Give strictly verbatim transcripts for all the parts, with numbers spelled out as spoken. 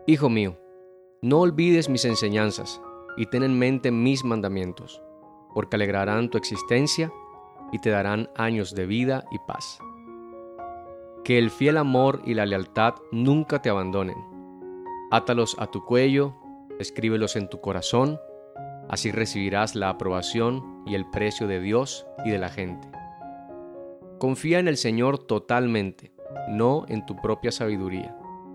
Hijo mío, no olvides mis enseñanzas y ten en mente mis mandamientos, porque alegrarán tu existencia y te darán años de vida y paz. Que el fiel amor y la lealtad nunca te abandonen. Átalos a tu cuello, escríbelos en tu corazón, así recibirás la aprobación y el precio de Dios y de la gente. Confía en el Señor totalmente, no en tu propia sabiduría.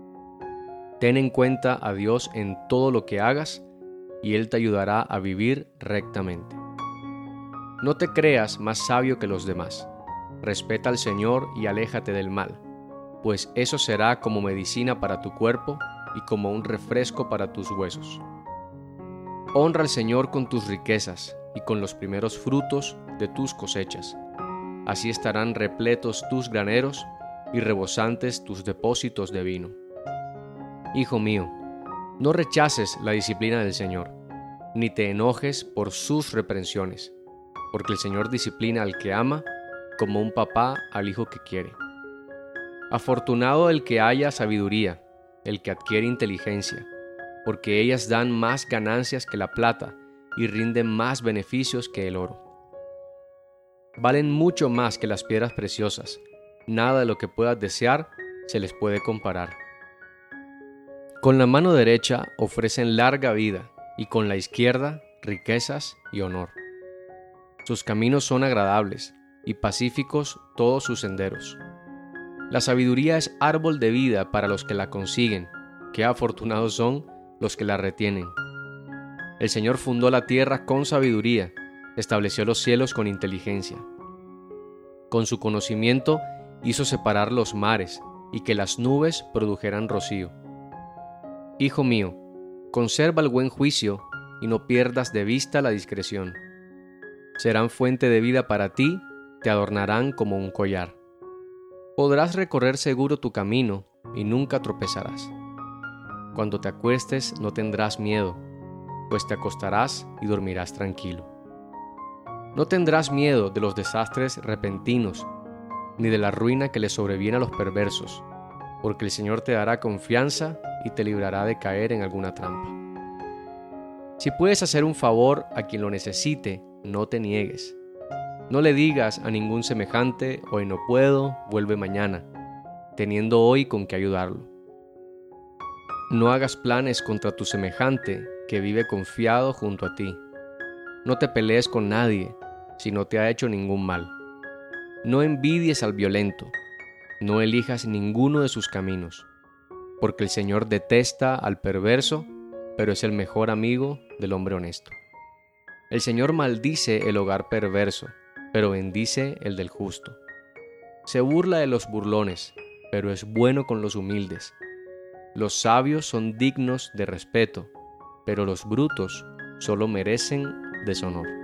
Ten en cuenta a Dios en todo lo que hagas y Él te ayudará a vivir rectamente. No te creas más sabio que los demás. Respeta al Señor y aléjate del mal, pues eso será como medicina para tu cuerpo y como un refresco para tus huesos. Honra al Señor con tus riquezas y con los primeros frutos de tus cosechas. Así estarán repletos tus graneros y rebosantes tus depósitos de vino. Hijo mío, no rechaces la disciplina del Señor, ni te enojes por sus reprensiones, porque el Señor disciplina al que ama, como un papá al hijo que quiere. Afortunado el que haya sabiduría, el que adquiere inteligencia, porque ellas dan más ganancias que la plata y rinden más beneficios que el oro. Valen mucho más que las piedras preciosas, nada de lo que puedas desear se les puede comparar. Con la mano derecha ofrecen larga vida y con la izquierda riquezas y honor. Sus caminos son agradables y pacíficos todos sus senderos. La sabiduría es árbol de vida para los que la consiguen, qué afortunados son los que la retienen. El Señor fundó la tierra con sabiduría, estableció los cielos con inteligencia. Con su conocimiento hizo separar los mares y que las nubes produjeran rocío. Hijo mío, conserva el buen juicio y no pierdas de vista la discreción. Serán fuente de vida para ti, te adornarán como un collar. Podrás recorrer seguro tu camino y nunca tropezarás. Cuando te acuestes no tendrás miedo, pues te acostarás y dormirás tranquilo. No tendrás miedo de los desastres repentinos, ni de la ruina que le sobreviene a los perversos, porque el Señor te dará confianza y te librará de caer en alguna trampa. Si puedes hacer un favor a quien lo necesite, no te niegues. No le digas a ningún semejante, hoy no puedo, vuelve mañana, teniendo hoy con qué ayudarlo. No hagas planes contra tu semejante que vive confiado junto a ti. No te pelees con nadie si no te ha hecho ningún mal. No envidies al violento, no elijas ninguno de sus caminos, porque el Señor detesta al perverso, pero es el mejor amigo del hombre honesto. El Señor maldice el hogar perverso, pero bendice el del justo. Se burla de los burlones, pero es bueno con los humildes. Los sabios son dignos de respeto, pero los brutos solo merecen deshonor.